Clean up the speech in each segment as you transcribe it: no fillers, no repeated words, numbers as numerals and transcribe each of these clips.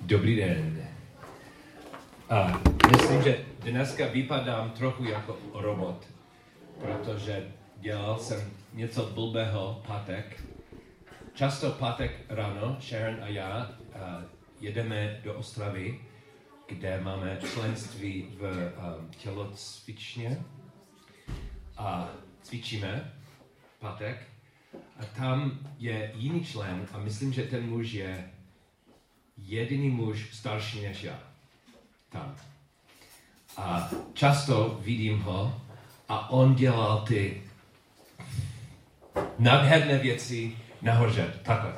Dobrý den. Myslím, že dneska vypadám trochu jako robot, protože dělal jsem něco blbého pátek. Často pátek ráno Sharon a já jedeme do Ostravy, kde máme členství v tělocvičně a cvičíme pátek. A tam je jiný člen a myslím, že ten muž je jediný muž starší než já. Tam. A často vidím ho a on dělal ty nádherné věci nahoře. Takhle.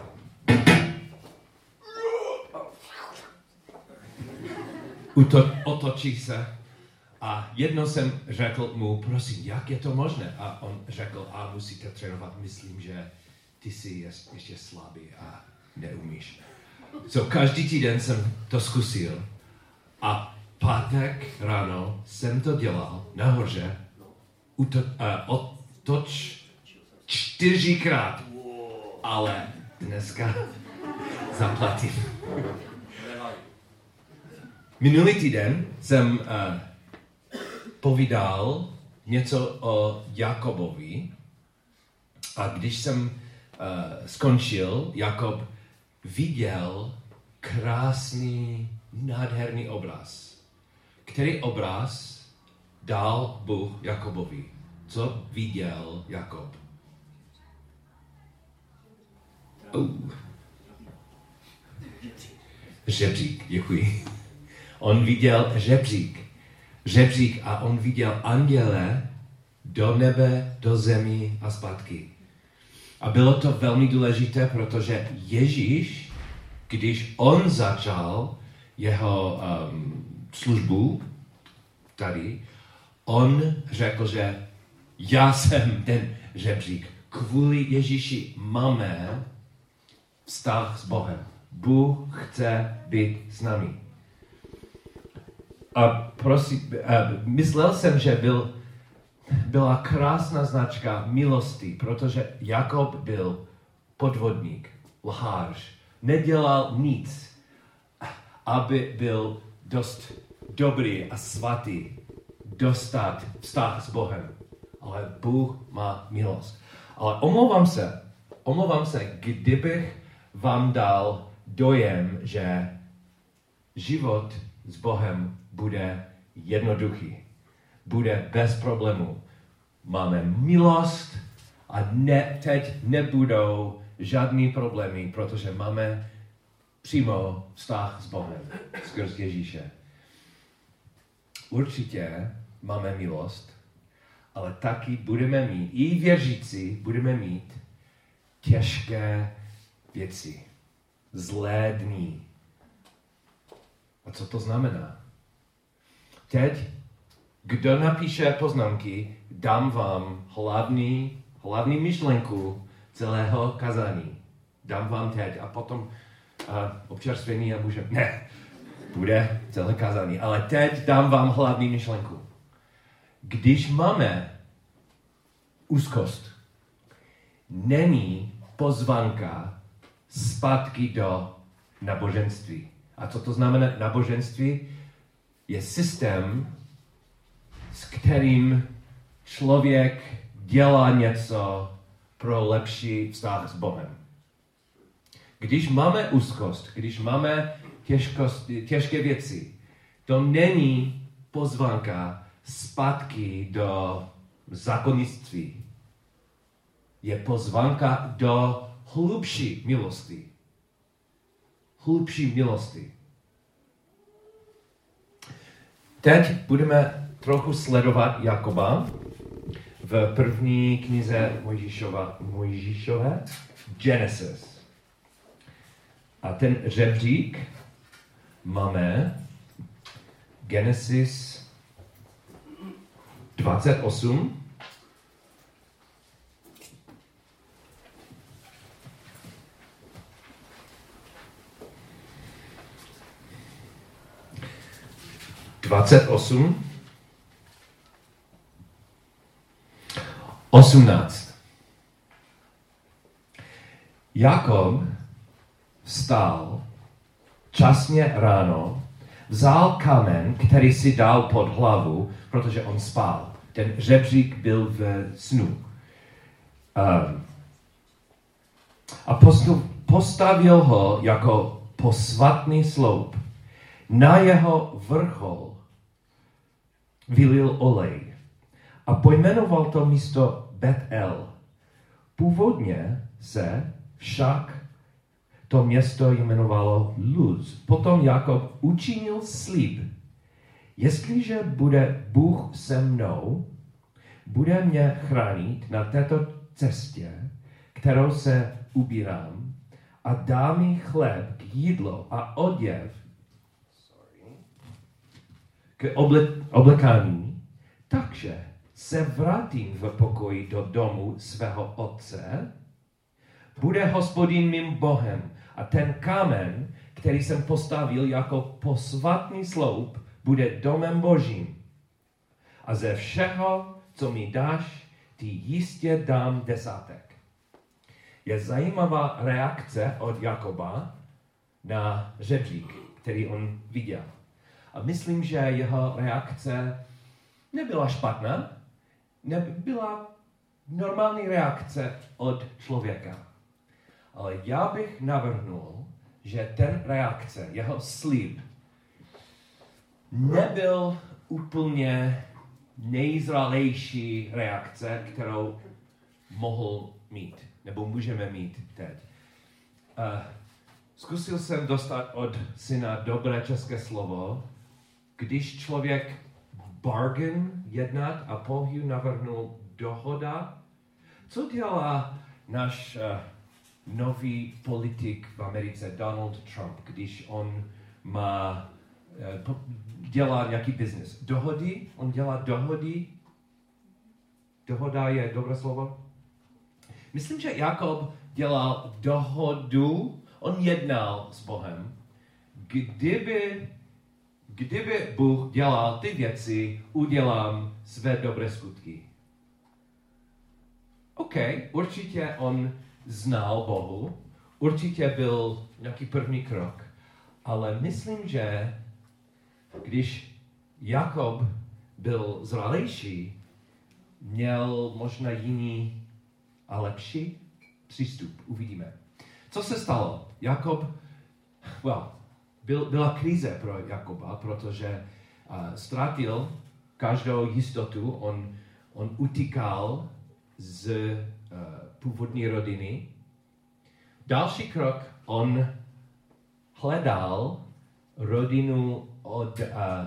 Otočí se a jednou jsem řekl mu, prosím, jak je to možné? A on řekl, musíte trénovat, myslím, že ty jsi ještě slabý a neumíš. Každý týden jsem to zkusil a pátek ráno jsem to dělal nahoře, otoč 4krát, ale dneska zaplatím. Minulý týden jsem povídal něco o Jakobovi a když jsem skončil, Jakob viděl krásný, nádherný obraz. Který obraz dal Bůh Jakobovi? Co viděl Jakob? Žebřík, děkuji. On viděl žebřík a on viděl anděle do nebe, do zemi a zpátky. A bylo to velmi důležité, protože Ježíš, když on začal jeho službu tady, on řekl, že já jsem ten žebřík. Kvůli Ježíši máme vztah s Bohem. Bůh chce být s námi. A prosím, myslel jsem, že byla krásná značka milosti, protože Jakob byl podvodník, lhář. Nedělal nic, aby byl dost dobrý a svatý, dostat vztah s Bohem. Ale Bůh má milost. Ale omlouvám se, kdybych vám dal dojem, že život s Bohem bude jednoduchý. Bude bez problémů. Máme milost a teď nebudou žádný problémy, protože máme přímo vztah s Bohem skrz Ježíše. Určitě máme milost, ale taky budeme mít, i věřící budeme mít těžké věci, zlé dny. A co to znamená? Teď, kdo napíše poznámky, dám vám hlavní myšlenku celého kazání. Dám vám teď a potom občerstvení a můžeme... Ne, bude celé kazání, ale teď dám vám hlavní myšlenku. Když máme úzkost, není pozvánka zpátky do náboženství. A co to znamená náboženství? Je systém, s kterým člověk dělá něco pro lepší vztah s Bohem. Když máme úzkost, když máme těžké věci, to není pozvánka zpátky do zákonnictví. Je pozvánka do hlubší milosti. Hlubší milosti. Teď budeme trochu sledovat Jakoba v první knize Mojžíšové, Genesis. A ten žebřík máme Genesis 28. (28) 18. Jakob vstal časně ráno, vzal kámen, který si dal pod hlavu, protože on spal. Ten žebřík byl v snu. A postavil ho jako posvatný sloup. Na jeho vrchol vylil olej a pojmenoval to místo Bet-El. Původně se však to město jmenovalo Luz. Potom Jakob učinil slib. Jestliže bude Bůh se mnou, bude mě chránit na této cestě, kterou se ubírám, a dá mi chléb k jídlo a oděv k oblekání, takže se vrátím v pokoji do domu svého otce, bude Hospodin mým Bohem a ten kámen, který jsem postavil jako posvatný sloup, bude domem Božím. A ze všeho, co mi dáš, ty jistě dám desátek. Je zajímavá reakce od Jakoba na žebřík, který on viděl. A myslím, že jeho reakce nebyla špatná, nebyla normální reakce od člověka. Ale já bych navrhnul, že ten reakce, jeho slib, nebyl úplně nejzralejší reakce, kterou mohl mít, nebo můžeme mít teď. Zkusil jsem dostat od syna dobré české slovo, když člověk bargain jednat a Bohu navrhnul dohoda. Co dělá náš nový politik v Americe, Donald Trump, když on dělá nějaký business? Dohody? On dělá dohody? Dohoda je dobré slovo? Myslím, že Jakob dělal dohodu, on jednal s Bohem. Kdyby Bůh dělal ty věci, udělám své dobré skutky. OK, určitě on znal Bohu, určitě byl nějaký první krok, ale myslím, že když Jakob byl zralejší, měl možná jiný a lepší přístup. Uvidíme. Co se stalo? Byla krize pro Jakoba, protože ztratil každou jistotu, on utíkal z původní rodiny. Další krok, on hledal rodinu od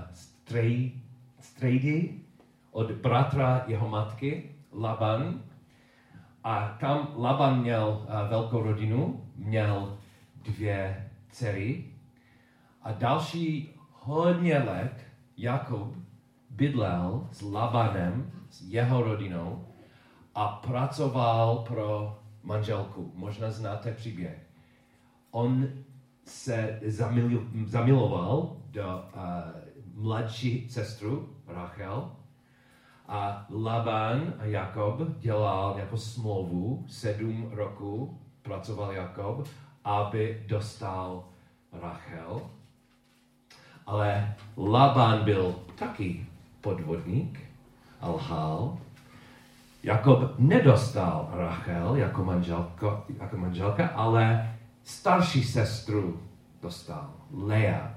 strejdy, od bratra jeho matky, Laban. A tam Laban měl velkou rodinu, měl 2 dcery. A další hodně let Jakub bydlel s Labanem, s jeho rodinou, a pracoval pro manželku. Možná znáte příběh. On se zamiloval do mladší sestru Rachel a Laban a Jakob dělal nějakou smlouvu, 7 roků pracoval Jakob, aby dostal Rachel. Ale Laban byl taky podvodník a lhal. Jakob nedostal Rachel jako manželka, ale starší sestru dostal, Lea.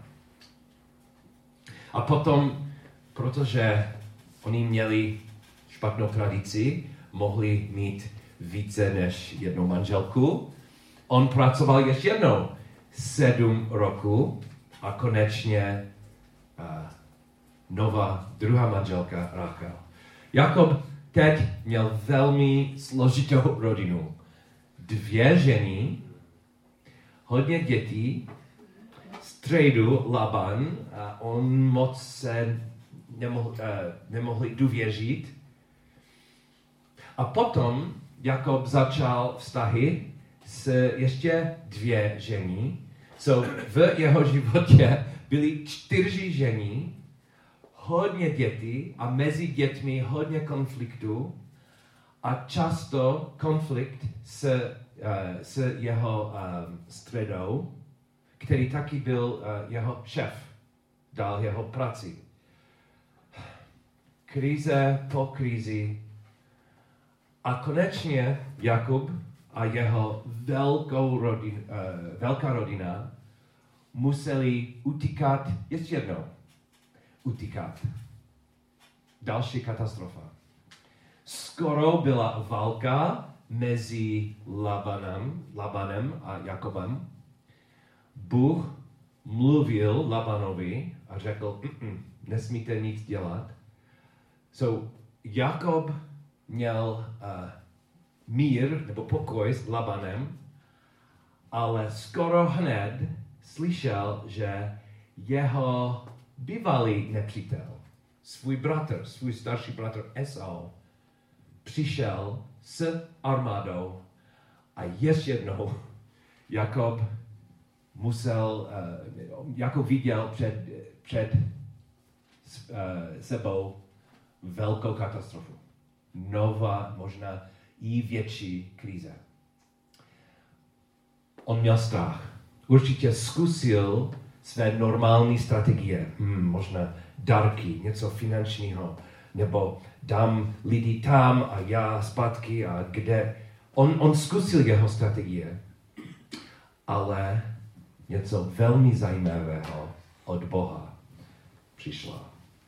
A potom, protože oni měli špatnou tradici, mohli mít více než jednu manželku, on pracoval ještě jednou 7 roků a konečně druhá manželka Rachel. Jakob teď měl velmi složitou rodinu. 2 ženy, hodně dětí, strejdu Laban, a on moc se nemohli důvěřit. A potom Jakob začal vztahy s ještě 2 ženy. V jeho životě byly 4 ženy, hodně dětí a mezi dětmi hodně konfliktů a často konflikt s jeho středou, který taky byl jeho šéf, dal jeho práci. Krize po krizi. A konečně Jakub a jeho velká rodina museli utíkat, ještě jednou, utíkat. Další katastrofa. Skoro byla válka mezi Labanem a Jakobem. Bůh mluvil Labanovi a řekl, nesmíte nic dělat. So Jakob měl mír nebo pokoj s Labanem, ale skoro hned slyšel, že jeho bývalý nepřítel, svůj starší bratr Esau, přišel s armádou a ještě jednou Jakob viděl před sebou velkou katastrofu. Nová, možná i větší krize. On měl strach. Určitě zkusil své normální strategie. Možná dárky, něco finančního, nebo dám lidi tam a já zpátky a kde. On zkusil jeho strategie, ale něco velmi zajímavého od Boha přišlo.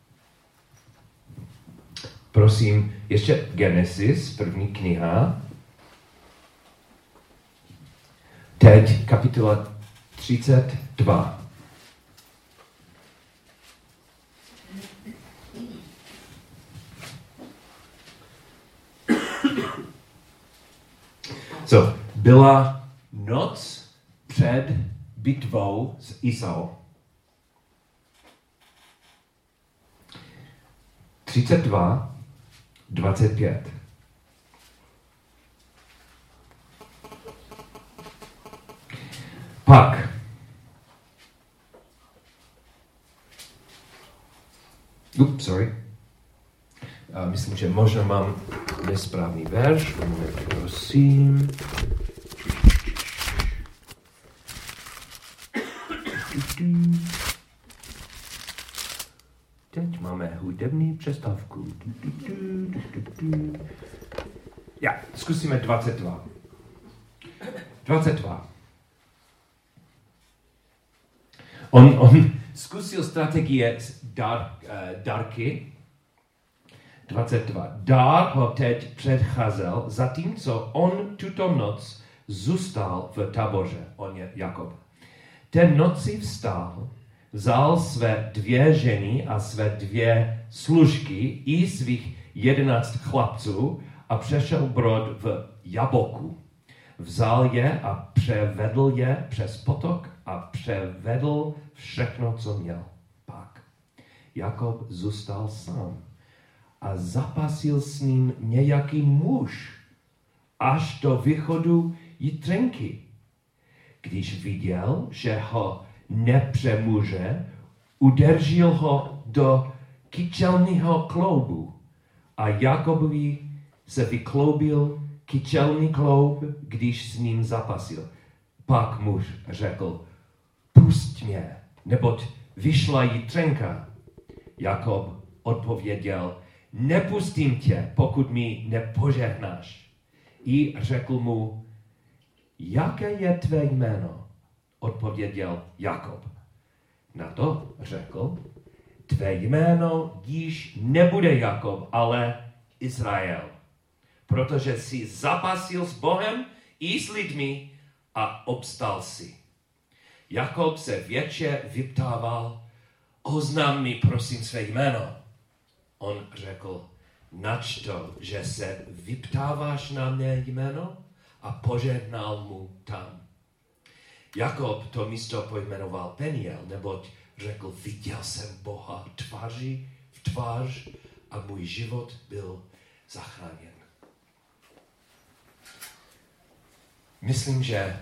Prosím, ještě Genesis, první kniha. Teď kapitola 32. Byla noc před bitvou s Esau. 32:25. Pak myslím, že možná mám nesprávný verš. Prosím. Teď máme hudební přestávku. Zkusíme 22. 22. On zkusil strategie dárky. 22. Dár ho teď předcházel, zatímco on tuto noc zůstal v táboře. On je Jakob. Ten noci vstal, vzal své 2 ženy a své 2 služky i svých 11 chlapců a přešel brod v Jaboku. Vzal je a převedl je přes potok a převedl všechno, co měl. Pak Jakob zůstal sám a zapasil s ním nějaký muž až do východu Jitrenky. Když viděl, že ho nepřemůže, udržel ho do kyčelního kloubu a Jakobovi se vykloubil kyčelný kloub, když s ním zapasil. Pak muž řekl, pusť mě, neboť vyšla Jitrenka. Jakob odpověděl, nepustím tě, pokud mi nepožehnáš. I řekl mu, jaké je tvé jméno? Odpověděl Jakob. Na to řekl, tvé jméno již nebude Jakob, ale Izrael. Protože jsi zapasil s Bohem i s lidmi a obstal si. Jakob se větše vyptával, oznám mi prosím své jméno. On řekl, načto, že se vyptáváš na mé jméno? A požehnal mu tam. Jakob to místo pojmenoval Peniel, neboť řekl, viděl jsem Boha tváří v tvář a můj život byl zachráněn. Myslím, že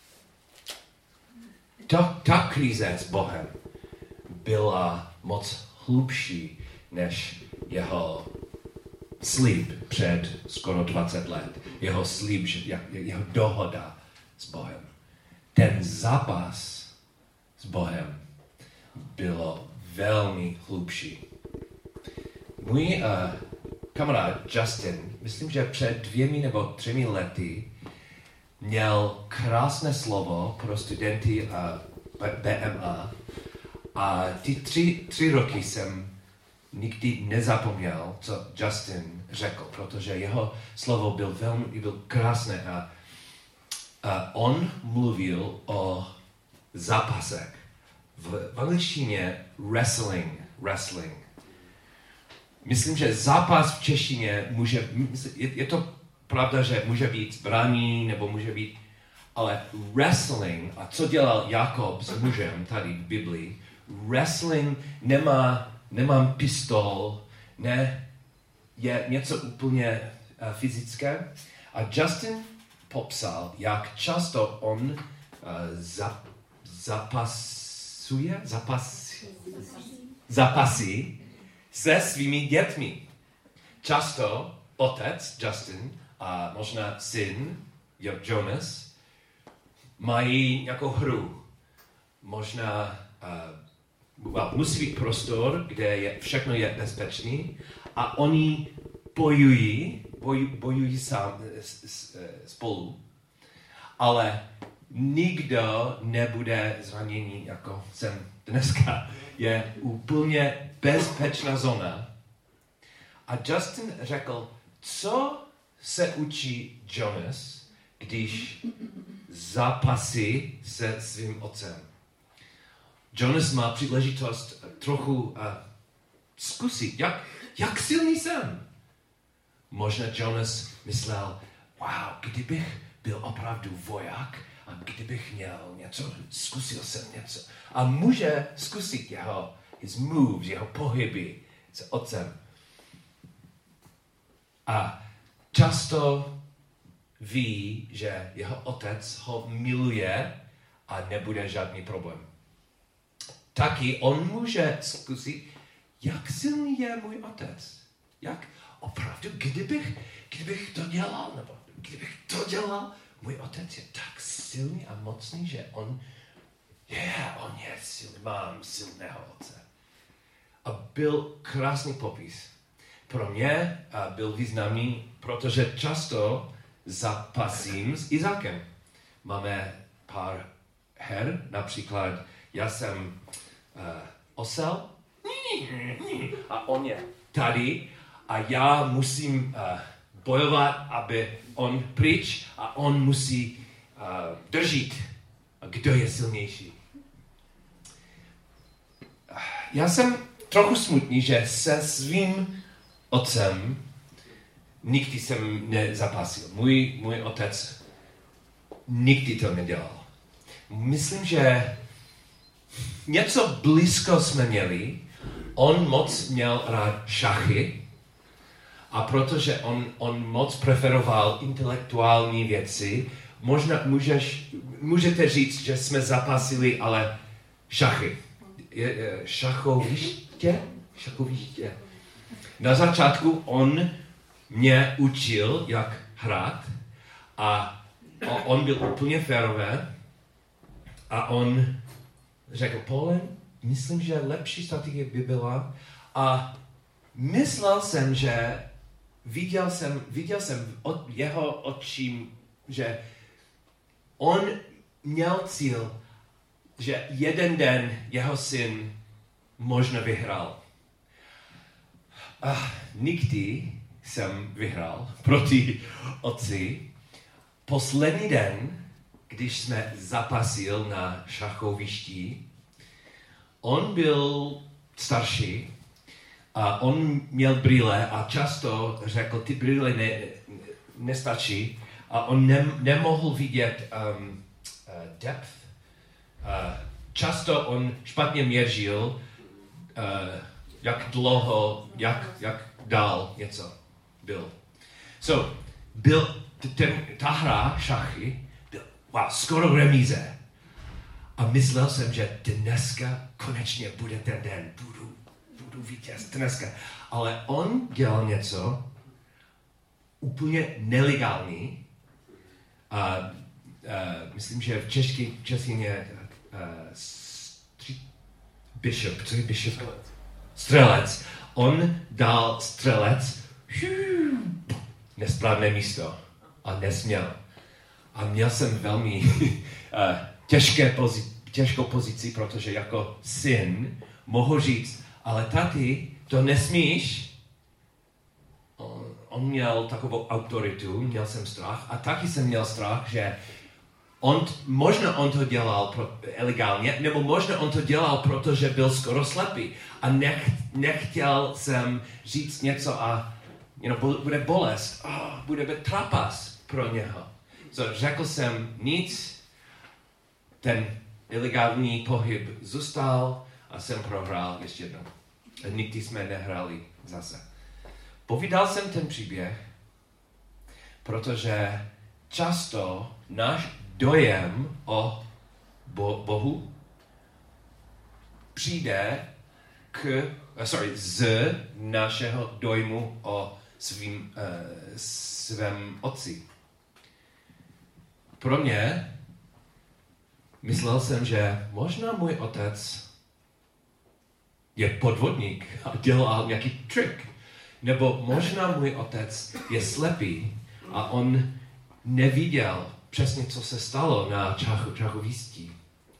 ta krize s Bohem byla moc hlubší než jeho slib před skoro 20 let. Jeho slib, jeho dohoda s Bohem. Ten zápas s Bohem bylo velmi hlubší. Můj kamarád Justin, myslím, že před 2 nebo 3 lety měl krásné slovo pro studenty BMA a ty 3 roky jsem nikdy nezapomněl, co Justin řekl, protože jeho slovo byl krásné a on mluvil o zápasech. V angličtině wrestling. Myslím, že zápas v češtině je to pravda, že může být zbraní, nebo může být, ale wrestling, a co dělal Jakob s mužem tady v Biblii, wrestling nemám pistol, je něco úplně fyzické. A Justin popsal, jak často on zapasí se svými dětmi. Často otec Justin a možná syn Jonas mají nějakou hru. Možná musí být prostor, kde všechno je bezpečný a oni bojují spolu. Ale nikdo nebude zraněný, jako jsem dneska. Je úplně bezpečná zóna. A Justin řekl, co se učí Jonas, když zápasí se svým otcem. Jonas má příležitost trochu zkusit, jak silný jsem. Možná Jonas myslel, wow, kdybych byl opravdu voják a kdybych měl něco, zkusil jsem něco. A může zkusit his moves, jeho pohyby s otcem. A často ví, že jeho otec ho miluje a nebude žádný problém. Taky on může zkusit, jak silný je můj otec. Jak opravdu, kdybych to dělal, nebo kdybych to dělal, můj otec je tak silný a mocný, že on je silný, mám silného otce. A byl krásný popis. Pro mě byl významný, protože často zápasím s Izákem. Máme pár her, například já jsem osel a on je tady a já musím bojovat, aby on pryč a on musí držet. A kdo je silnější? Já jsem trochu smutný, že se svým otcem nikdy jsem nezapasil. Můj otec nikdy to nedělal. Myslím, že něco blízko jsme měli. On moc měl rád šachy a protože on moc preferoval intelektuální věci, možná můžete říct, že jsme zapasili, ale šachy. Šachoviště. Na začátku on mě učil, jak hrát a on byl úplně férové a on řekl, Paul, myslím, že lepší strategie by byla a myslel jsem, že viděl jsem od jeho očím, že on měl cíl, že jeden den jeho syn možná vyhrál. A nikdy jsem vyhrál proti otci. Poslední den, když jsme zapasil na šachovišti, on byl starší a on měl brýle a často řekl, ty brýle nestačí a on nemohl vidět depth. Často on špatně měřil, jak dlouho, jak dál něco byl. Ta hra šachy byl skoro remíze. A myslel jsem, že dneska konečně bude ten den, budu vítěz dneska. Ale on dělal něco úplně nelegální. Myslím, že v češtině bishop, co je bishop? Střelec. On dal střelec nesprávné místo a nesměl. A měl jsem velmi těžkou pozici, protože jako syn mohu říct, ale tati, to nesmíš. On měl takovou autoritu, měl jsem strach a taky jsem měl strach, že možná on to dělal ilegálně, nebo možná on to dělal, protože byl skoro slepý a nechtěl jsem říct něco a bude bolest, bude trapas pro něho. So, řekl jsem nic, ten ilegální pohyb zůstal a jsem prohrál ještě jednou. A nikdy jsme nehráli zase. Povídal jsem ten příběh, protože často náš dojem o Bohu přijde z našeho dojmu o svém otci. Pro mě myslel jsem, že možná můj otec je podvodník a dělal nějaký trik. Nebo možná můj otec je slepý a on neviděl přesně, co se stalo na čachovišti.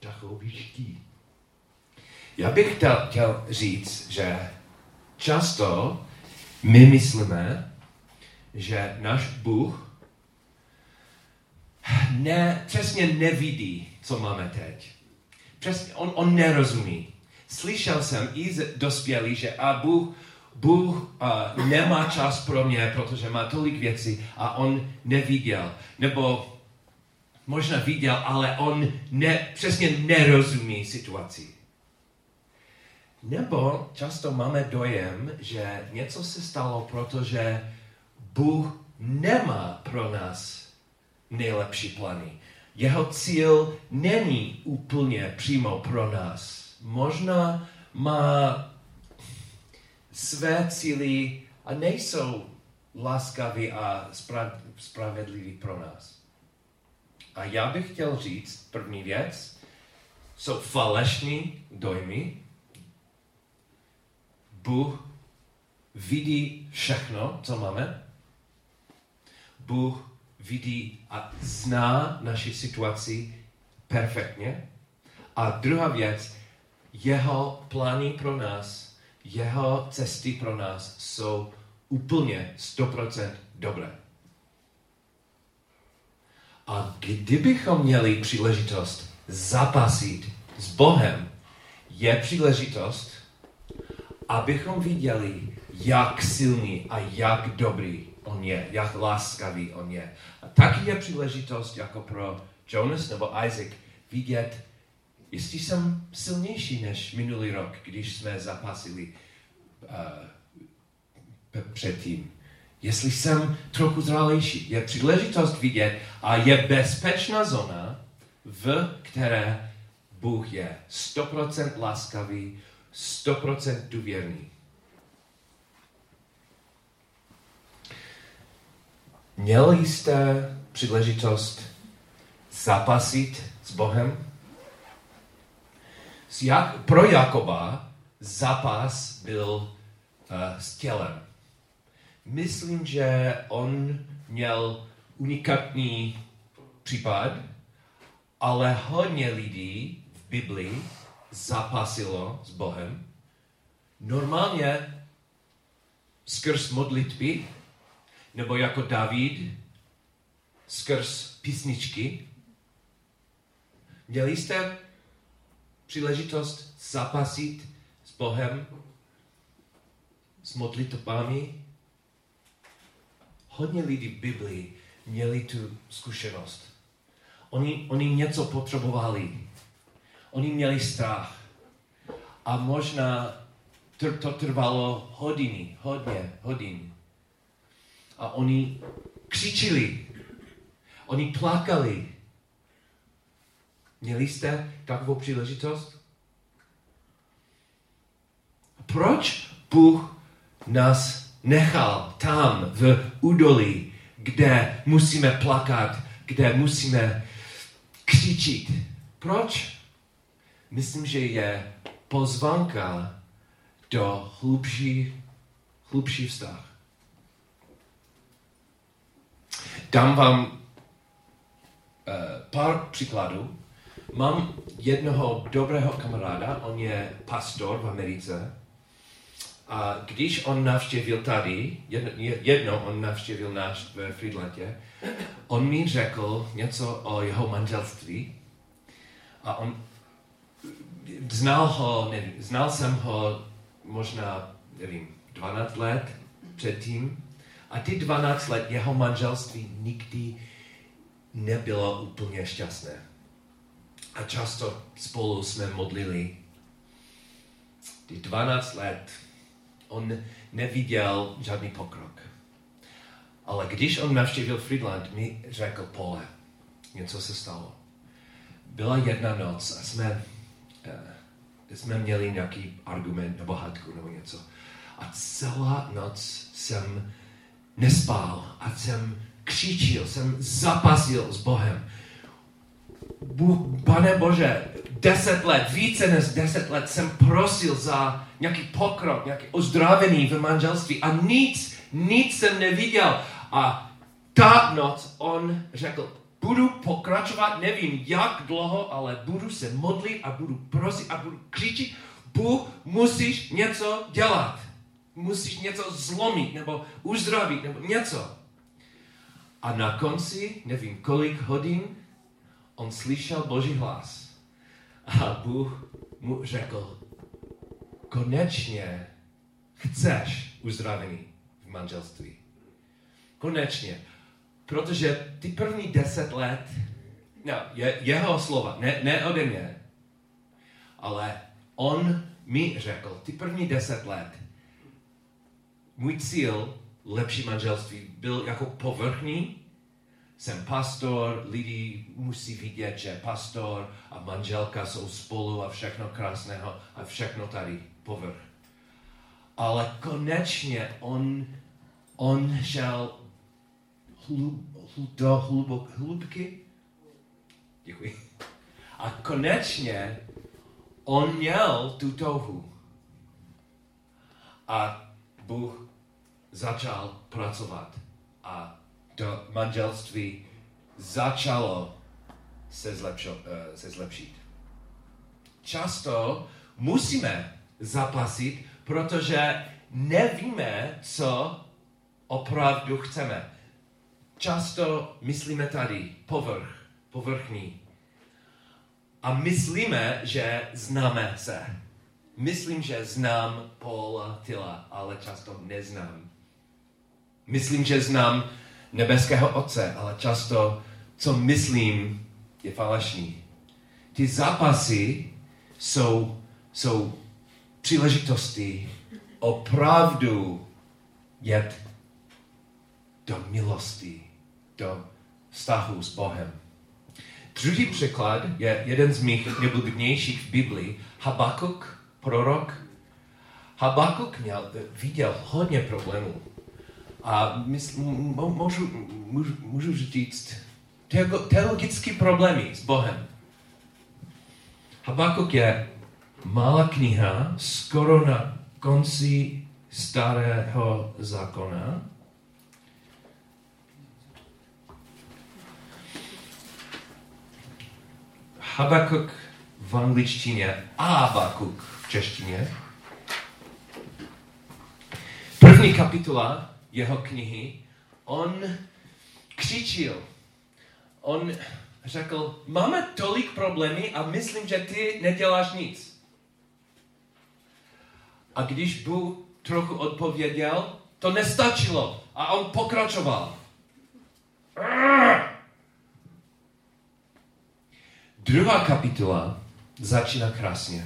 Já bych chtěl říct, že často my myslíme, že náš Bůh přesně nevidí, co máme teď. Přesně, on nerozumí. Slyšel jsem i dospělý, že Bůh nemá čas pro mě, protože má tolik věcí a on neviděl. Nebo možná viděl, ale on přesně nerozumí situaci. Nebo často máme dojem, že něco se stalo, protože Bůh nemá pro nás nejlepší plány. Jeho cíl není úplně přímo pro nás. Možná má své cíly a nejsou láskaví a spravedliví pro nás. A já bych chtěl říct, první věc, jsou falešní dojmy. Bůh vidí všechno, co máme. Bůh vidí a zná naši situaci perfektně. A druhá věc, jeho plány pro nás, jeho cesty pro nás jsou úplně 100% dobré. A kdybychom měli příležitost zápasit s Bohem, je příležitost, abychom viděli, jak silný a jak dobrý on je, jak láskavý on je. A taky je příležitost, jako pro Jonas nebo Isaac, vidět, jestli jsem silnější než minulý rok, když jsme zápasili předtím. Jestli jsem trochu zralejší, je příležitost vidět a je bezpečná zóna, v které Bůh je 100% láskavý, 100% důvěrný. Měli jste příležitost zápasit s Bohem? Pro Jakoba zápas byl s tělem. Myslím, že on měl unikátní případ, ale hodně lidí v Biblii zápasilo s Bohem. Normálně skrz modlitby, nebo jako David, skrz písničky. Měli jste příležitost zápasit s Bohem, s modlitbami? Hodně lidí v Biblii měli tu zkušenost. Oni něco potřebovali. Oni měli strach. A možná to trvalo hodiny, hodně hodin. A oni křičili. Oni plakali. Měli jste takovou příležitost? Proč Bůh nás nechal tam v údolí, kde musíme plakat, kde musíme křičit? Proč? Myslím, že je pozvánka do hlubší vztah. Dám vám pár příkladů. Mám jednoho dobrého kamaráda, on je pastor v Americe. A když on navštěvil tady, jednou on navštěvil nás v Frýdlantě, on mi řekl něco o jeho manželství. A on znal jsem ho možná, 12 let předtím. A ty 12 let jeho manželství nikdy nebylo úplně šťastné. A často spolu jsme modlili. Ty 12 let on neviděl žádný pokrok. Ale když on navštívil Frýdlant, mi řekl: Pole, něco se stalo. Byla jedna noc a jsme měli nějaký argument nebo hádku nebo něco. A celá noc jsem nespal a jsem křičil, jsem zapasil s Bohem. Pane Bože, 10 let, více než 10 let jsem prosil za nějaký pokrok, nějaké uzdravení v manželství a nic jsem neviděl. A ta noc on řekl: budu pokračovat, nevím jak dlouho, ale budu se modlit a budu prosit a budu křičit: Bůh, musíš něco dělat. Musíš něco zlomit nebo uzdravit nebo něco. A na konci, nevím kolik hodin, on slyšel Boží hlas. A Bůh mu řekl: konečně chceš uzdravení v manželství. Konečně. Protože ty první 10 let, jeho slova, ne ode mě, ale on mi řekl, ty první 10 let, můj cíl lepší manželství byl jako povrchní. Jsem pastor, lidi musí vidět, že pastor a manželka jsou spolu a všechno krásného a všechno tady povrch. Ale konečně on šel do hloubky. Děkuji. A konečně on měl tu touhu. A Bůh začal pracovat. A to manželství začalo se zlepšit. Často musíme zapasit, protože nevíme, co opravdu chceme. Často myslíme tady povrchní. A myslíme, že známe se. Myslím, že znám Paula Tyla, ale často neznám. Myslím, že znám nebeského Otce, ale často, co myslím, je falešný. Ty zápasy jsou příležitosti opravdu jet do milosti, do vztahu s Bohem. Druhý příklad je jeden z mých nejoblíbenějších v Biblii. Habakuk, prorok. Habakuk viděl hodně problémů. A můžu říct, teologické problémy s Bohem. Habakuk je malá kniha, skoro na konci starého zákona. Habakuk v angličtině a Habakuk v češtině. První kapitola jeho knihy, on křičil. On řekl: máme tolik problémů a myslím, že ty neděláš nic. A když Bůh trochu odpověděl, to nestačilo a on pokračoval. Druhá kapitola začíná krásně.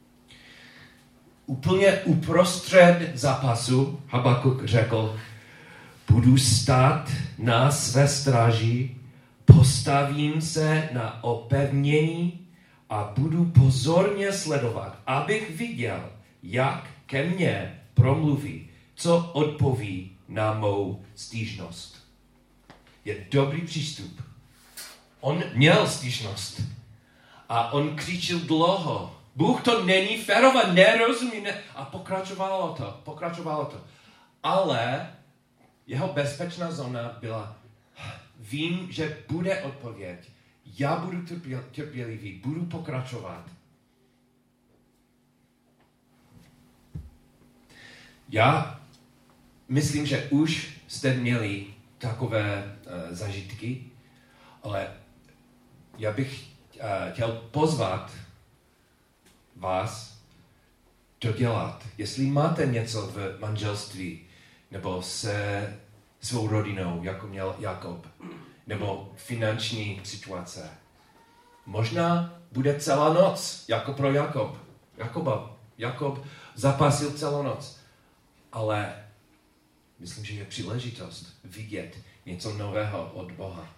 Úplně uprostřed zápasu Habakuk řekl: budu stát na své stráži, postavím se na opevnění a budu pozorně sledovat, abych viděl, jak ke mně promluví, co odpoví na mou stížnost. Je dobrý přístup. On měl stížnost a on křičil dlouho Bůh to není férové, nerozumí, a pokračovalo to. Ale jeho bezpečná zóna byla, vím, že bude odpověď, já budu trpělivý, budu pokračovat. Já myslím, že už jste měli takové zažitky, ale já bych chtěl pozvat vás to dělat. Jestli máte něco v manželství, nebo se svou rodinou, jako měl Jakob, nebo finanční situace, možná bude celá noc, jako pro Jakoba. Jakob zapasil celou noc. Ale myslím, že je příležitost vidět něco nového od Boha.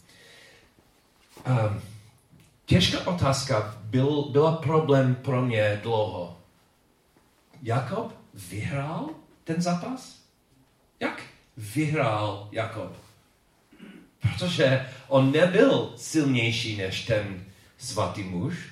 Těžká otázka byla problém pro mě dlouho. Jakob vyhrál ten zápas? Jak vyhrál Jakob? Protože on nebyl silnější než ten svatý muž.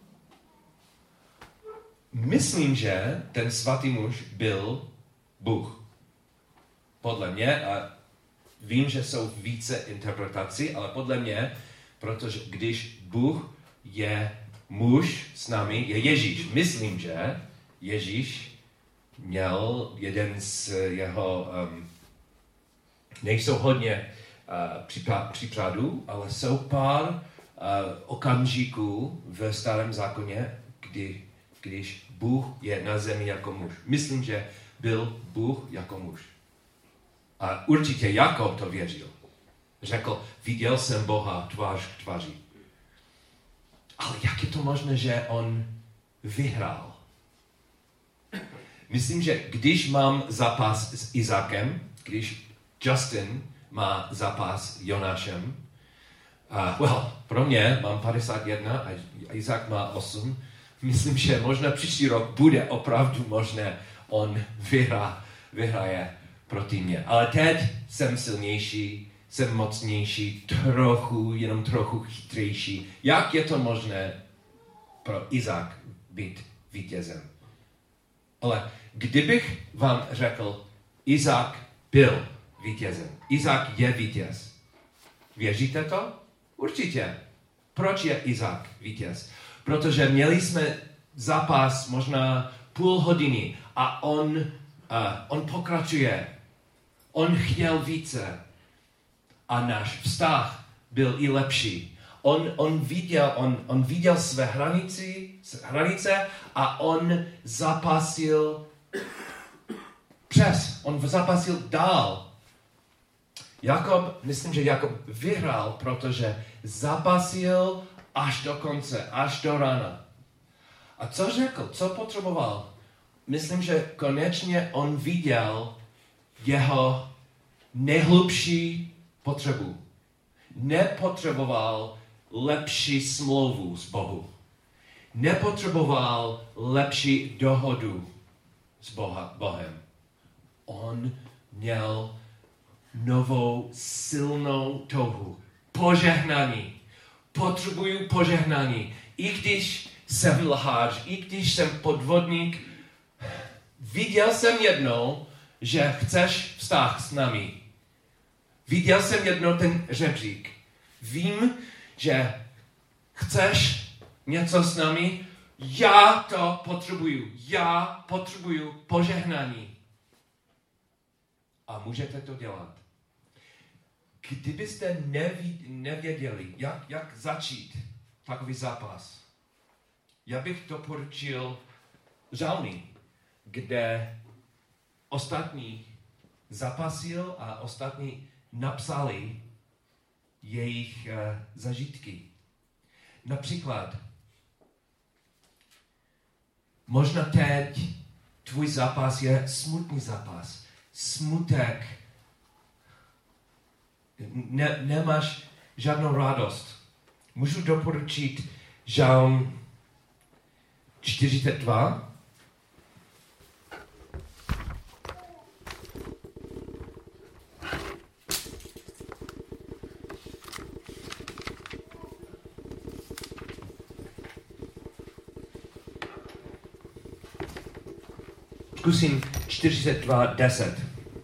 Myslím, že ten svatý muž byl Bůh. Podle mě, a vím, že jsou více interpretací, ale podle mě, protože když Bůh je muž s námi, je Ježíš. Myslím, že Ježíš měl jeden z jeho, nejsou hodně příkladů, ale jsou pár okamžiků v Starém zákoně, když Bůh je na zemi jako muž. Myslím, že byl Bůh jako muž. A určitě Jakob to věřil. Řekl, viděl jsem Boha tvář k tváři. Ale jak je to možné, že on vyhrál? Myslím, že když mám zápas s Izákem, když Justin má zápas s Jonášem, pro mě mám 51 a Izák má 8, myslím, že možná příští rok bude opravdu možné, on vyhraje proti mě. Ale teď jsem silnější, jsem mocnější, jenom trochu chytřejší. Jak je to možné pro Izák být vítězem? Ale kdybych vám řekl, Izák byl vítězem, Izák je vítěz, věříte to? Určitě. Proč je Izák vítěz? Protože měli jsme zápas možná půl hodiny a on pokračuje. On chtěl více. A náš vztah byl i lepší. On viděl své hranice a on zapasil on zapasil dál. Myslím, že Jakob vyhrál, protože zapasil až do konce, až do rána. A co řekl? Co potřeboval? Myslím, že konečně on viděl jeho nejhlubší potřebu. Nepotřeboval lepší smlouvu s Bohem. Nepotřeboval lepší dohodu s Bohem. On měl novou silnou touhu. Požehnání. Potřebuju požehnání. I když jsem lhář, i když jsem podvodník, viděl jsem jednou, že chceš vztah s námi. Viděl jsem jednou ten žebřík. Vím, že chceš něco s námi. Já to potřebuju. Já potřebuju požehnání. A můžete to dělat. Kdybyste nevěděli, jak začít takový zápas, já bych doporučil Žalmy, kde ostatní zapasil a ostatní napsali jejich zažitky. Například, možná teď tvůj zápas je smutný zápas. Smutek. Nemáš žádnou radost. Můžu doporučit Žalm 42. Zkusím 42:10.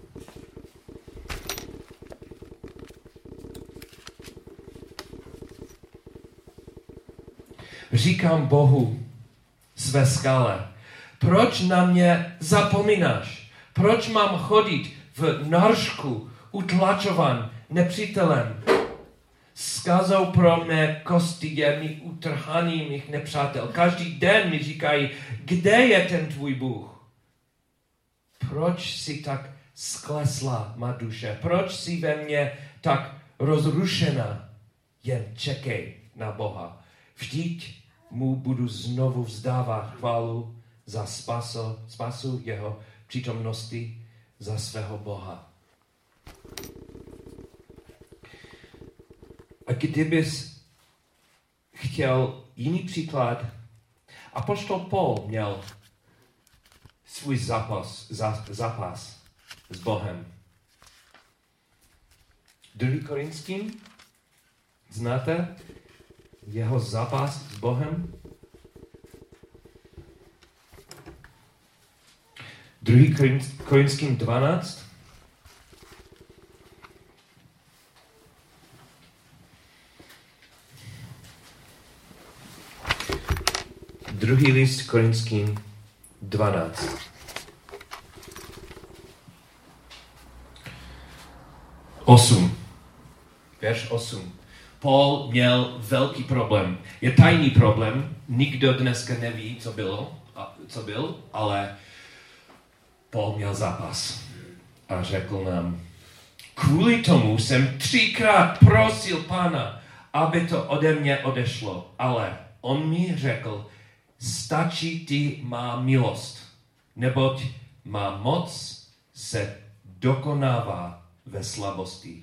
Říkám Bohu, své skále, proč na mě zapomínáš? Proč mám chodit v nářku, utlačovan nepřítelem? Zkazou pro mé kosti je mi utrhaný mých nepřátel. Každý den mi říkají, kde je ten tvůj Bůh? Proč jsi tak sklesla, má duše? Proč jsi ve mně tak rozrušená? Jen čekej na Boha. Vždyť mu budu znovu vzdávat chválu za spasu jeho přítomnosti, za svého Boha. A kdybys chtěl jiný příklad, apoštol Paul měl svůj zápas s Bohem. 2. Korinským, znáte jeho zápas s Bohem? 2. Korinským 12. Druhý list Korinským 12. Verš 8. Paul měl velký problém. Je tajný problém. Nikdo dneska neví, co byl, ale Paul měl zápas. A řekl nám, kvůli tomu jsem 3krát prosil Pána, aby to ode mě odešlo. Ale on mi řekl, stačí ti má milost, neboť má moc se dokonává ve slabosti.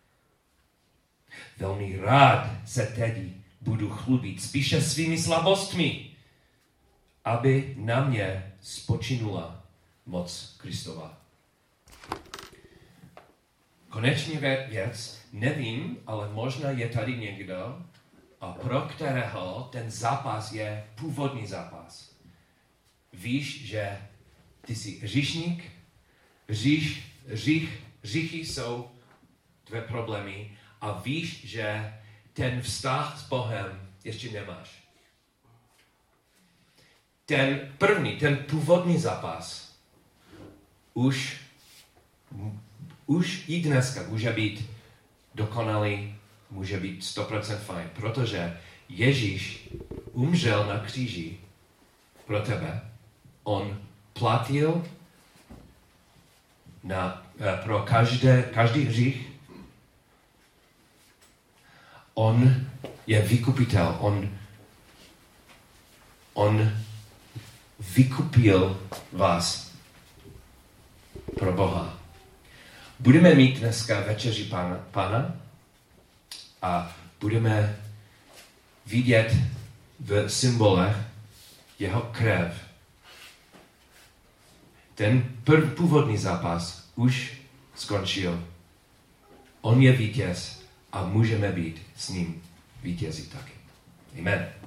Velmi rád se tedy budu chlubit spíše svými slabostmi, aby na mě spočinula moc Kristova. Konečně věc, nevím, ale možná je tady někdo, a pro kterého ten zápas je původní zápas. Víš, že ty jsi hříšník, hříchy jsou tvé problémy a víš, že ten vztah s Bohem ještě nemáš. Ten původní zápas už i dneska může být dokonalý, může být 100% fajn, protože Ježíš umřel na kříži pro tebe. On platil pro každý hřích. On je vykupitel. On vykupil vás pro Boha. Budeme mít dneska večeři Pána a budeme vidět v symbolech jeho krev. Ten původní zápas už skončil. On je vítěz a můžeme být s ním vítězi taky. Amen.